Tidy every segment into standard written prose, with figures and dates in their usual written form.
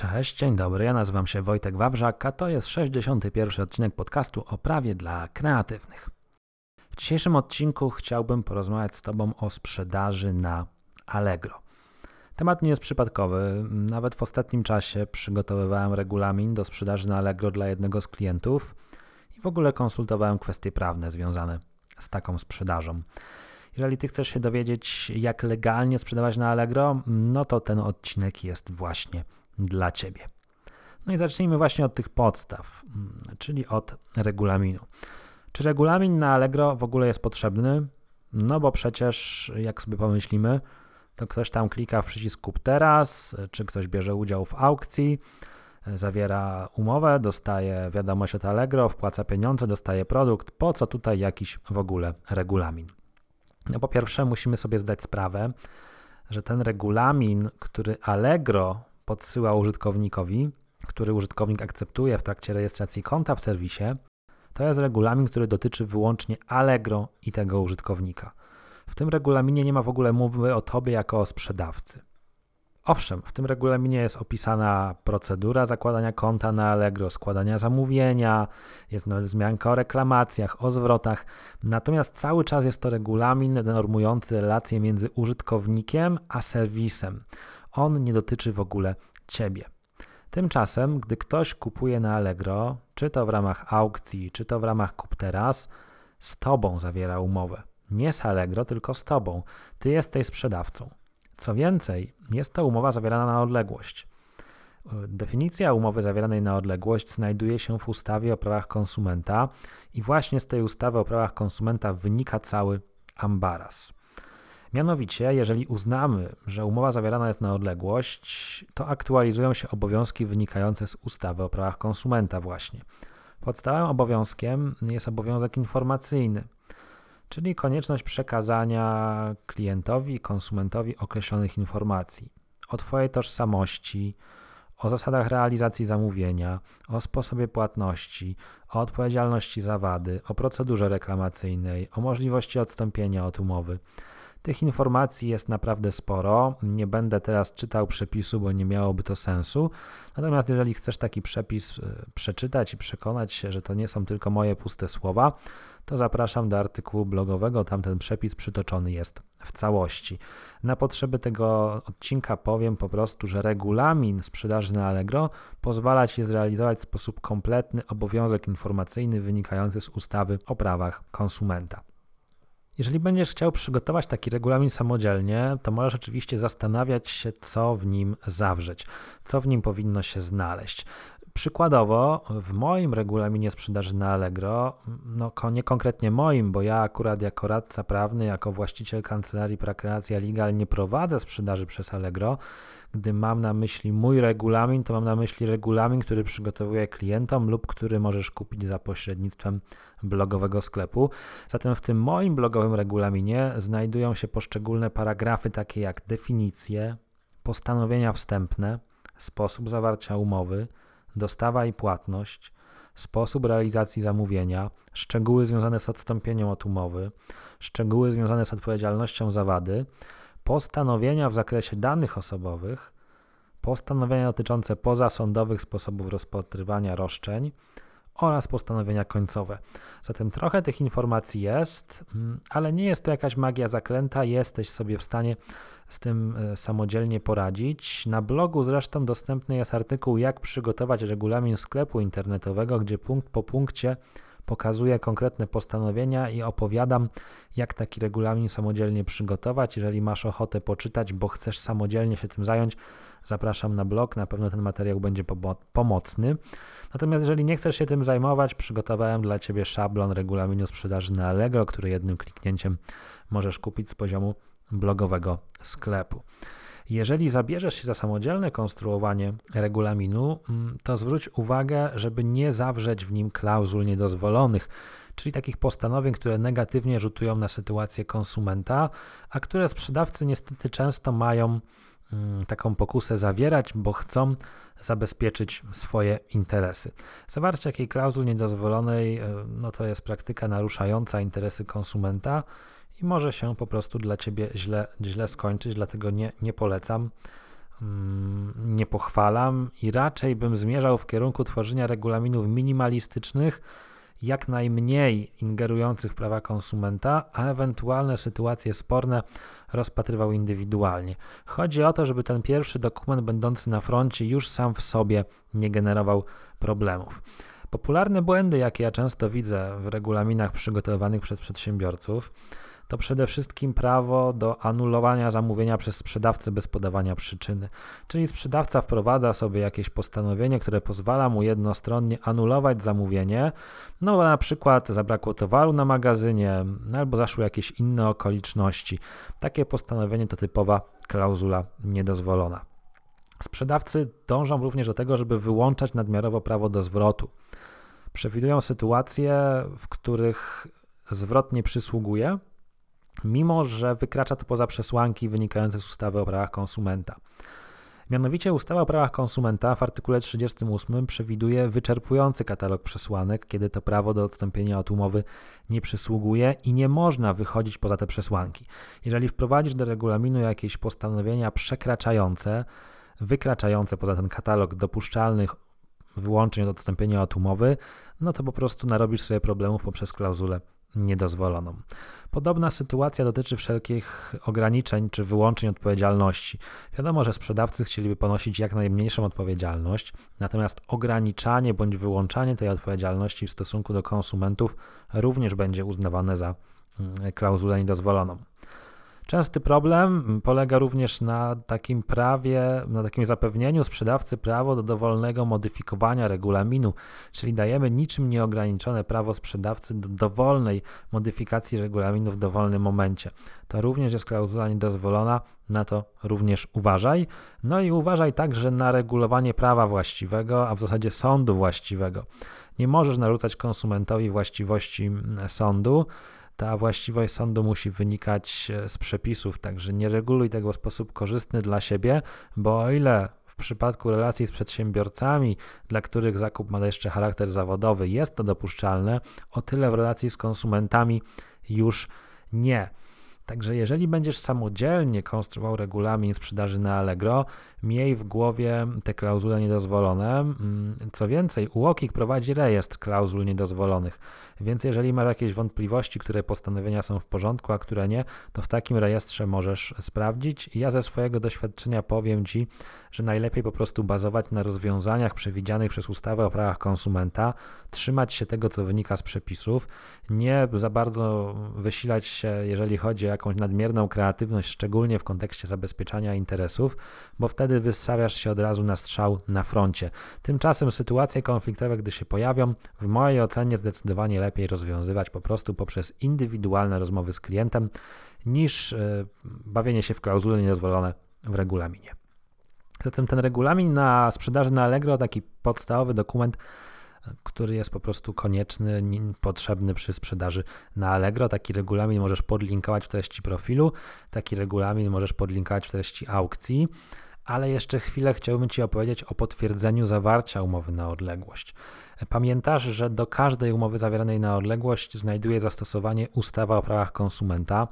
Cześć, dzień dobry, ja nazywam się Wojtek Wawrzak, a to jest 61. odcinek podcastu o prawie dla kreatywnych. W dzisiejszym odcinku chciałbym porozmawiać z Tobą o sprzedaży na Allegro. Temat nie jest przypadkowy, nawet w ostatnim czasie przygotowywałem regulamin do sprzedaży na Allegro dla jednego z klientów i w ogóle konsultowałem kwestie prawne związane z taką sprzedażą. Jeżeli Ty chcesz się dowiedzieć, jak legalnie sprzedawać na Allegro, no to ten odcinek jest właśnie dla Ciebie. No i zacznijmy właśnie od tych podstaw, czyli od regulaminu. Czy regulamin na Allegro w ogóle jest potrzebny? No bo przecież, jak sobie pomyślimy, to ktoś tam klika w przycisk kup teraz, czy ktoś bierze udział w aukcji, zawiera umowę, dostaje wiadomość od Allegro, wpłaca pieniądze, dostaje produkt. Po co tutaj jakiś w ogóle regulamin? No po pierwsze musimy sobie zdać sprawę, że ten regulamin, który Allegro podsyła użytkownikowi, który użytkownik akceptuje w trakcie rejestracji konta w serwisie, to jest regulamin, który dotyczy wyłącznie Allegro i tego użytkownika. W tym regulaminie nie ma w ogóle mowy o Tobie jako o sprzedawcy. Owszem, w tym regulaminie jest opisana procedura zakładania konta na Allegro, składania zamówienia, jest nawet wzmianka o reklamacjach, o zwrotach, natomiast cały czas jest to regulamin normujący relacje między użytkownikiem a serwisem. On nie dotyczy w ogóle Ciebie. Tymczasem, gdy ktoś kupuje na Allegro, czy to w ramach aukcji, czy to w ramach kup teraz, z Tobą zawiera umowę. Nie z Allegro, tylko z Tobą. Ty jesteś sprzedawcą. Co więcej, jest to umowa zawierana na odległość. Definicja umowy zawieranej na odległość znajduje się w ustawie o prawach konsumenta i właśnie z tej ustawy o prawach konsumenta wynika cały ambaras. Mianowicie, jeżeli uznamy, że umowa zawierana jest na odległość, to aktualizują się obowiązki wynikające z ustawy o prawach konsumenta właśnie. Podstawowym obowiązkiem jest obowiązek informacyjny, czyli konieczność przekazania klientowi i konsumentowi określonych informacji o Twojej tożsamości, o zasadach realizacji zamówienia, o sposobie płatności, o odpowiedzialności za wady, o procedurze reklamacyjnej, o możliwości odstąpienia od umowy. Tych informacji jest naprawdę sporo. Nie będę teraz czytał przepisu, bo nie miałoby to sensu. Natomiast jeżeli chcesz taki przepis przeczytać i przekonać się, że to nie są tylko moje puste słowa, to zapraszam do artykułu blogowego, tam ten przepis przytoczony jest w całości. Na potrzeby tego odcinka powiem po prostu, że regulamin sprzedaży na Allegro pozwala Ci zrealizować w sposób kompletny obowiązek informacyjny wynikający z ustawy o prawach konsumenta. Jeżeli będziesz chciał przygotować taki regulamin samodzielnie, to możesz oczywiście zastanawiać się, co w nim zawrzeć, co w nim powinno się znaleźć. Przykładowo w moim regulaminie sprzedaży na Allegro, nie konkretnie moim, bo ja akurat jako radca prawny, jako właściciel kancelarii Prakreacja Legal nie prowadzę sprzedaży przez Allegro. Gdy mam na myśli mój regulamin, to mam na myśli regulamin, który przygotowuję klientom lub który możesz kupić za pośrednictwem blogowego sklepu. Zatem w tym moim blogowym regulaminie znajdują się poszczególne paragrafy takie jak definicje, postanowienia wstępne, sposób zawarcia umowy, dostawa i płatność, sposób realizacji zamówienia, szczegóły związane z odstąpieniem od umowy, szczegóły związane z odpowiedzialnością za wady, postanowienia w zakresie danych osobowych, postanowienia dotyczące pozasądowych sposobów rozpatrywania roszczeń oraz postanowienia końcowe. Zatem trochę tych informacji jest, ale nie jest to jakaś magia zaklęta, jesteś sobie w stanie z tym samodzielnie poradzić. Na blogu zresztą dostępny jest artykuł, jak przygotować regulamin sklepu internetowego, gdzie punkt po punkcie pokazuję konkretne postanowienia i opowiadam, jak taki regulamin samodzielnie przygotować. Jeżeli masz ochotę poczytać, bo chcesz samodzielnie się tym zająć, zapraszam na blog, na pewno ten materiał będzie pomocny. Natomiast jeżeli nie chcesz się tym zajmować, przygotowałem dla Ciebie szablon regulaminu sprzedaży na Allegro, który jednym kliknięciem możesz kupić z poziomu blogowego sklepu. Jeżeli zabierzesz się za samodzielne konstruowanie regulaminu, to zwróć uwagę, żeby nie zawrzeć w nim klauzul niedozwolonych, czyli takich postanowień, które negatywnie rzutują na sytuację konsumenta, a które sprzedawcy niestety często mają taką pokusę zawierać, bo chcą zabezpieczyć swoje interesy. Zawarcie jakiej klauzuli niedozwolonej, to jest praktyka naruszająca interesy konsumenta i może się po prostu dla Ciebie źle skończyć, dlatego nie polecam. nie pochwalam i raczej bym zmierzał w kierunku tworzenia regulaminów minimalistycznych, jak najmniej ingerujących w prawa konsumenta, a ewentualne sytuacje sporne rozpatrywał indywidualnie. Chodzi o to, żeby ten pierwszy dokument będący na froncie już sam w sobie nie generował problemów. Popularne błędy, jakie ja często widzę w regulaminach przygotowywanych przez przedsiębiorców, to przede wszystkim prawo do anulowania zamówienia przez sprzedawcę bez podawania przyczyny. Czyli sprzedawca wprowadza sobie jakieś postanowienie, które pozwala mu jednostronnie anulować zamówienie, no bo na przykład zabrakło towaru na magazynie albo zaszły jakieś inne okoliczności. Takie postanowienie to typowa klauzula niedozwolona. Sprzedawcy dążą również do tego, żeby wyłączać nadmiarowo prawo do zwrotu. Przewidują sytuacje, w których zwrot nie przysługuje, mimo że wykracza to poza przesłanki wynikające z ustawy o prawach konsumenta. Mianowicie ustawa o prawach konsumenta w artykule 38 przewiduje wyczerpujący katalog przesłanek, kiedy to prawo do odstąpienia od umowy nie przysługuje i nie można wychodzić poza te przesłanki. Jeżeli wprowadzisz do regulaminu jakieś postanowienia wykraczające poza ten katalog dopuszczalnych wyłączeń od odstąpienia od umowy, no to po prostu narobisz sobie problemów poprzez klauzulę niedozwoloną. Podobna sytuacja dotyczy wszelkich ograniczeń czy wyłączeń odpowiedzialności. Wiadomo, że sprzedawcy chcieliby ponosić jak najmniejszą odpowiedzialność, natomiast ograniczanie bądź wyłączanie tej odpowiedzialności w stosunku do konsumentów również będzie uznawane za klauzulę niedozwoloną. Częsty problem polega również na takim zapewnieniu sprzedawcy prawo do dowolnego modyfikowania regulaminu, czyli dajemy niczym nieograniczone prawo sprzedawcy do dowolnej modyfikacji regulaminu w dowolnym momencie. To również jest klauzula niedozwolona, na to również uważaj. No i uważaj także na regulowanie prawa właściwego, a w zasadzie sądu właściwego. Nie możesz narzucać konsumentowi właściwości sądu. Ta właściwość sądu musi wynikać z przepisów, także nie reguluj tego w sposób korzystny dla siebie, bo o ile w przypadku relacji z przedsiębiorcami, dla których zakup ma jeszcze charakter zawodowy, jest to dopuszczalne, o tyle w relacji z konsumentami już nie. Także jeżeli będziesz samodzielnie konstruował regulamin sprzedaży na Allegro, miej w głowie te klauzule niedozwolone. Co więcej, UOKiK prowadzi rejestr klauzul niedozwolonych, więc jeżeli masz jakieś wątpliwości, które postanowienia są w porządku, a które nie, to w takim rejestrze możesz sprawdzić. Ja ze swojego doświadczenia powiem Ci, że najlepiej po prostu bazować na rozwiązaniach przewidzianych przez ustawę o prawach konsumenta, trzymać się tego, co wynika z przepisów, nie za bardzo wysilać się, jeżeli chodzi o jakąś nadmierną kreatywność, szczególnie w kontekście zabezpieczania interesów, bo wtedy wystawiasz się od razu na strzał na froncie. Tymczasem sytuacje konfliktowe, gdy się pojawią, w mojej ocenie zdecydowanie lepiej rozwiązywać po prostu poprzez indywidualne rozmowy z klientem, niż bawienie się w klauzule niedozwolone w regulaminie. Zatem ten regulamin na sprzedaży na Allegro, taki podstawowy dokument, który jest po prostu konieczny, potrzebny przy sprzedaży na Allegro. Taki regulamin możesz podlinkować w treści profilu, taki regulamin możesz podlinkować w treści aukcji, ale jeszcze chwilę chciałbym Ci opowiedzieć o potwierdzeniu zawarcia umowy na odległość. Pamiętasz, że do każdej umowy zawieranej na odległość znajduje zastosowanie ustawa o prawach konsumenta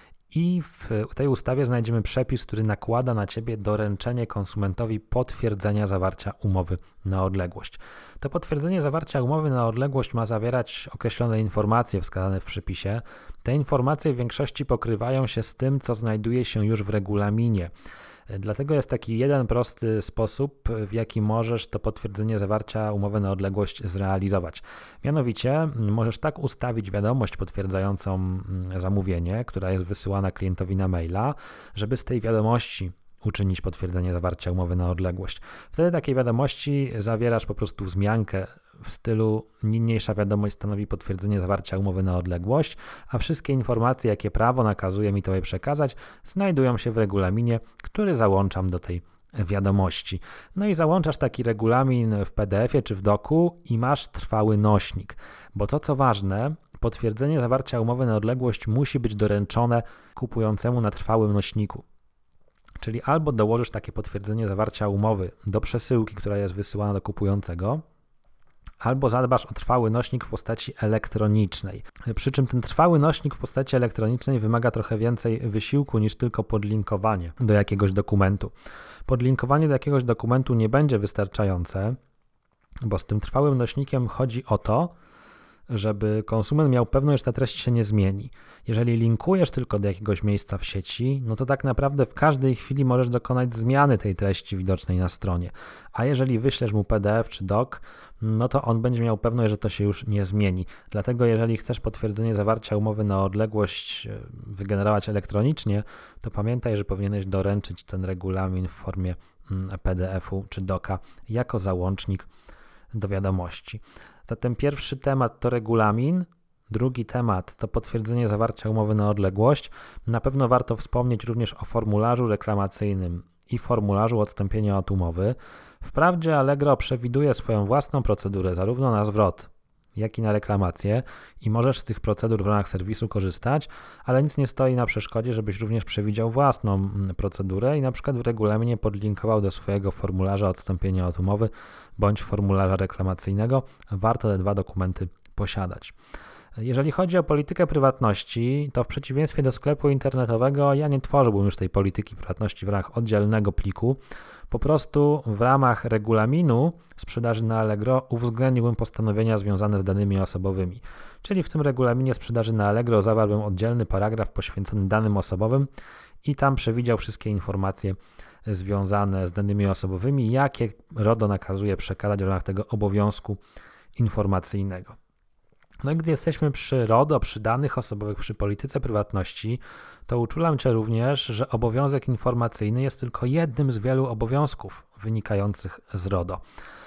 i w tej ustawie znajdziemy przepis, który nakłada na Ciebie doręczenie konsumentowi potwierdzenia zawarcia umowy na odległość. To potwierdzenie zawarcia umowy na odległość ma zawierać określone informacje wskazane w przepisie. Te informacje w większości pokrywają się z tym, co znajduje się już w regulaminie. Dlatego jest taki jeden prosty sposób, w jaki możesz to potwierdzenie zawarcia umowy na odległość zrealizować. Mianowicie możesz tak ustawić wiadomość potwierdzającą zamówienie, która jest wysyłana klientowi na maila, żeby z tej wiadomości uczynić potwierdzenie zawarcia umowy na odległość. Wtedy takiej wiadomości zawierasz po prostu wzmiankę w stylu niniejsza wiadomość stanowi potwierdzenie zawarcia umowy na odległość, a wszystkie informacje, jakie prawo nakazuje mi Tobie przekazać, znajdują się w regulaminie, który załączam do tej wiadomości. No i załączasz taki regulamin w PDF-ie czy w doku i masz trwały nośnik, bo to co ważne, potwierdzenie zawarcia umowy na odległość musi być doręczone kupującemu na trwałym nośniku. Czyli albo dołożysz takie potwierdzenie zawarcia umowy do przesyłki, która jest wysyłana do kupującego, albo zadbasz o trwały nośnik w postaci elektronicznej. Przy czym ten trwały nośnik w postaci elektronicznej wymaga trochę więcej wysiłku niż tylko podlinkowanie do jakiegoś dokumentu. Podlinkowanie do jakiegoś dokumentu nie będzie wystarczające, bo z tym trwałym nośnikiem chodzi o to, żeby konsument miał pewność, że ta treść się nie zmieni. Jeżeli linkujesz tylko do jakiegoś miejsca w sieci, no to tak naprawdę w każdej chwili możesz dokonać zmiany tej treści widocznej na stronie. A jeżeli wyślesz mu PDF czy doc, no to on będzie miał pewność, że to się już nie zmieni. Dlatego jeżeli chcesz potwierdzenie zawarcia umowy na odległość wygenerować elektronicznie, to pamiętaj, że powinieneś doręczyć ten regulamin w formie PDF-u czy doca jako załącznik do wiadomości. Zatem pierwszy temat to regulamin, drugi temat to potwierdzenie zawarcia umowy na odległość. Na pewno warto wspomnieć również o formularzu reklamacyjnym i formularzu odstąpienia od umowy. Wprawdzie Allegro przewiduje swoją własną procedurę zarówno na zwrot, jak i na reklamację i możesz z tych procedur w ramach serwisu korzystać, ale nic nie stoi na przeszkodzie, żebyś również przewidział własną procedurę i na przykład w regulaminie podlinkował do swojego formularza odstąpienia od umowy bądź formularza reklamacyjnego. Warto te dwa dokumenty posiadać. Jeżeli chodzi o politykę prywatności, to w przeciwieństwie do sklepu internetowego ja nie tworzyłbym już tej polityki prywatności w ramach oddzielnego pliku. Po prostu w ramach regulaminu sprzedaży na Allegro uwzględniłbym postanowienia związane z danymi osobowymi. Czyli w tym regulaminie sprzedaży na Allegro zawarłbym oddzielny paragraf poświęcony danym osobowym i tam przewidział wszystkie informacje związane z danymi osobowymi, jakie RODO nakazuje przekazać w ramach tego obowiązku informacyjnego. No i gdy jesteśmy przy RODO, przy danych osobowych, przy polityce prywatności, to uczulam Cię również, że obowiązek informacyjny jest tylko jednym z wielu obowiązków wynikających z RODO.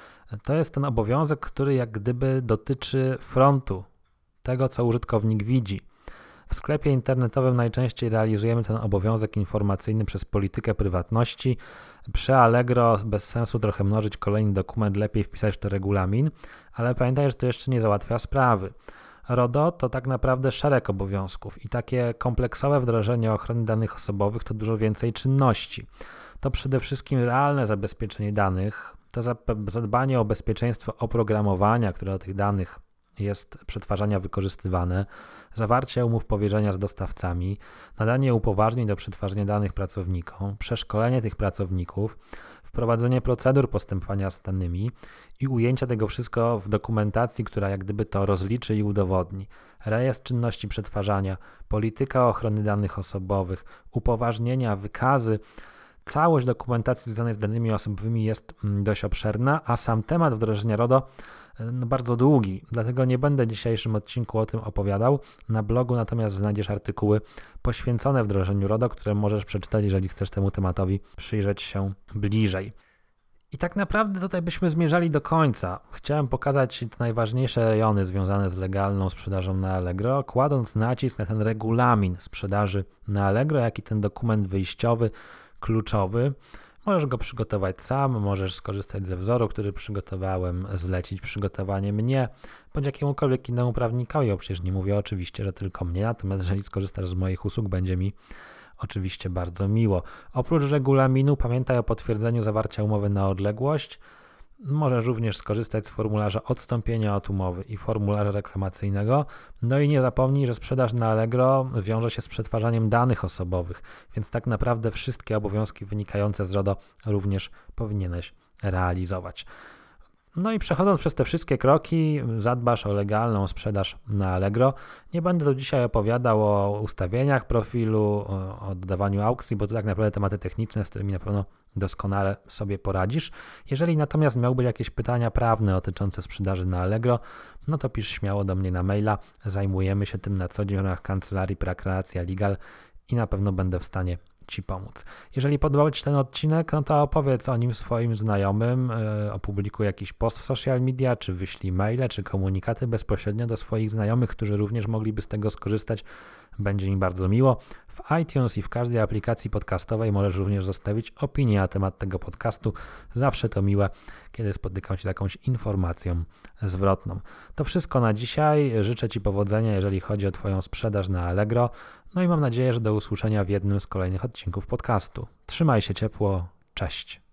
To jest ten obowiązek, który jak gdyby dotyczy frontu, tego co użytkownik widzi. W sklepie internetowym najczęściej realizujemy ten obowiązek informacyjny przez politykę prywatności. Przy Allegro bez sensu trochę mnożyć kolejny dokument, lepiej wpisać w to regulamin, ale pamiętaj, że to jeszcze nie załatwia sprawy. RODO to tak naprawdę szereg obowiązków i takie kompleksowe wdrożenie ochrony danych osobowych to dużo więcej czynności. To przede wszystkim realne zabezpieczenie danych, to zadbanie o bezpieczeństwo oprogramowania, które do tych danych jest przetwarzania wykorzystywane, zawarcie umów powierzenia z dostawcami, nadanie upoważnień do przetwarzania danych pracownikom, przeszkolenie tych pracowników, wprowadzenie procedur postępowania z danymi i ujęcie tego wszystko w dokumentacji, która jak gdyby to rozliczy i udowodni. Rejestr czynności przetwarzania, polityka ochrony danych osobowych, upoważnienia, wykazy. Całość dokumentacji związanej z danymi osobowymi jest dość obszerna, a sam temat wdrożenia RODO bardzo długi, dlatego nie będę w dzisiejszym odcinku o tym opowiadał. Na blogu natomiast znajdziesz artykuły poświęcone wdrożeniu RODO, które możesz przeczytać, jeżeli chcesz temu tematowi przyjrzeć się bliżej. I tak naprawdę tutaj byśmy zmierzali do końca. Chciałem pokazać te najważniejsze rejony związane z legalną sprzedażą na Allegro, kładąc nacisk na ten regulamin sprzedaży na Allegro, jak i ten dokument wyjściowy, kluczowy. Możesz go przygotować sam, możesz skorzystać ze wzoru, który przygotowałem, zlecić przygotowanie mnie, bądź jakiemukolwiek innemu prawnikowi, bo przecież nie mówię oczywiście, że tylko mnie, natomiast jeżeli skorzystasz z moich usług, będzie mi oczywiście bardzo miło. Oprócz regulaminu pamiętaj o potwierdzeniu zawarcia umowy na odległość. Możesz również skorzystać z formularza odstąpienia od umowy i formularza reklamacyjnego. No i nie zapomnij, że sprzedaż na Allegro wiąże się z przetwarzaniem danych osobowych, więc tak naprawdę wszystkie obowiązki wynikające z RODO również powinieneś realizować. No i przechodząc przez te wszystkie kroki, zadbasz o legalną sprzedaż na Allegro. Nie będę tu dzisiaj opowiadał o ustawieniach profilu, o dodawaniu aukcji, bo to tak naprawdę tematy techniczne, z którymi na pewno doskonale sobie poradzisz. Jeżeli natomiast miałbyś jakieś pytania prawne dotyczące sprzedaży na Allegro, no to pisz śmiało do mnie na maila. Zajmujemy się tym na co dzień w ramach kancelarii Prakreacja Legal i na pewno będę w stanie Ci pomóc. Jeżeli podobał Ci ten odcinek, no to opowiedz o nim swoim znajomym, opublikuj jakiś post w social media, czy wyślij maile, czy komunikaty bezpośrednio do swoich znajomych, którzy również mogliby z tego skorzystać. Będzie mi bardzo miło. W iTunes i w każdej aplikacji podcastowej możesz również zostawić opinię na temat tego podcastu. Zawsze to miłe, kiedy spotykam się z jakąś informacją zwrotną. To wszystko na dzisiaj. Życzę Ci powodzenia, jeżeli chodzi o Twoją sprzedaż na Allegro. No i mam nadzieję, że do usłyszenia w jednym z kolejnych odcinków podcastu. Trzymaj się ciepło. Cześć.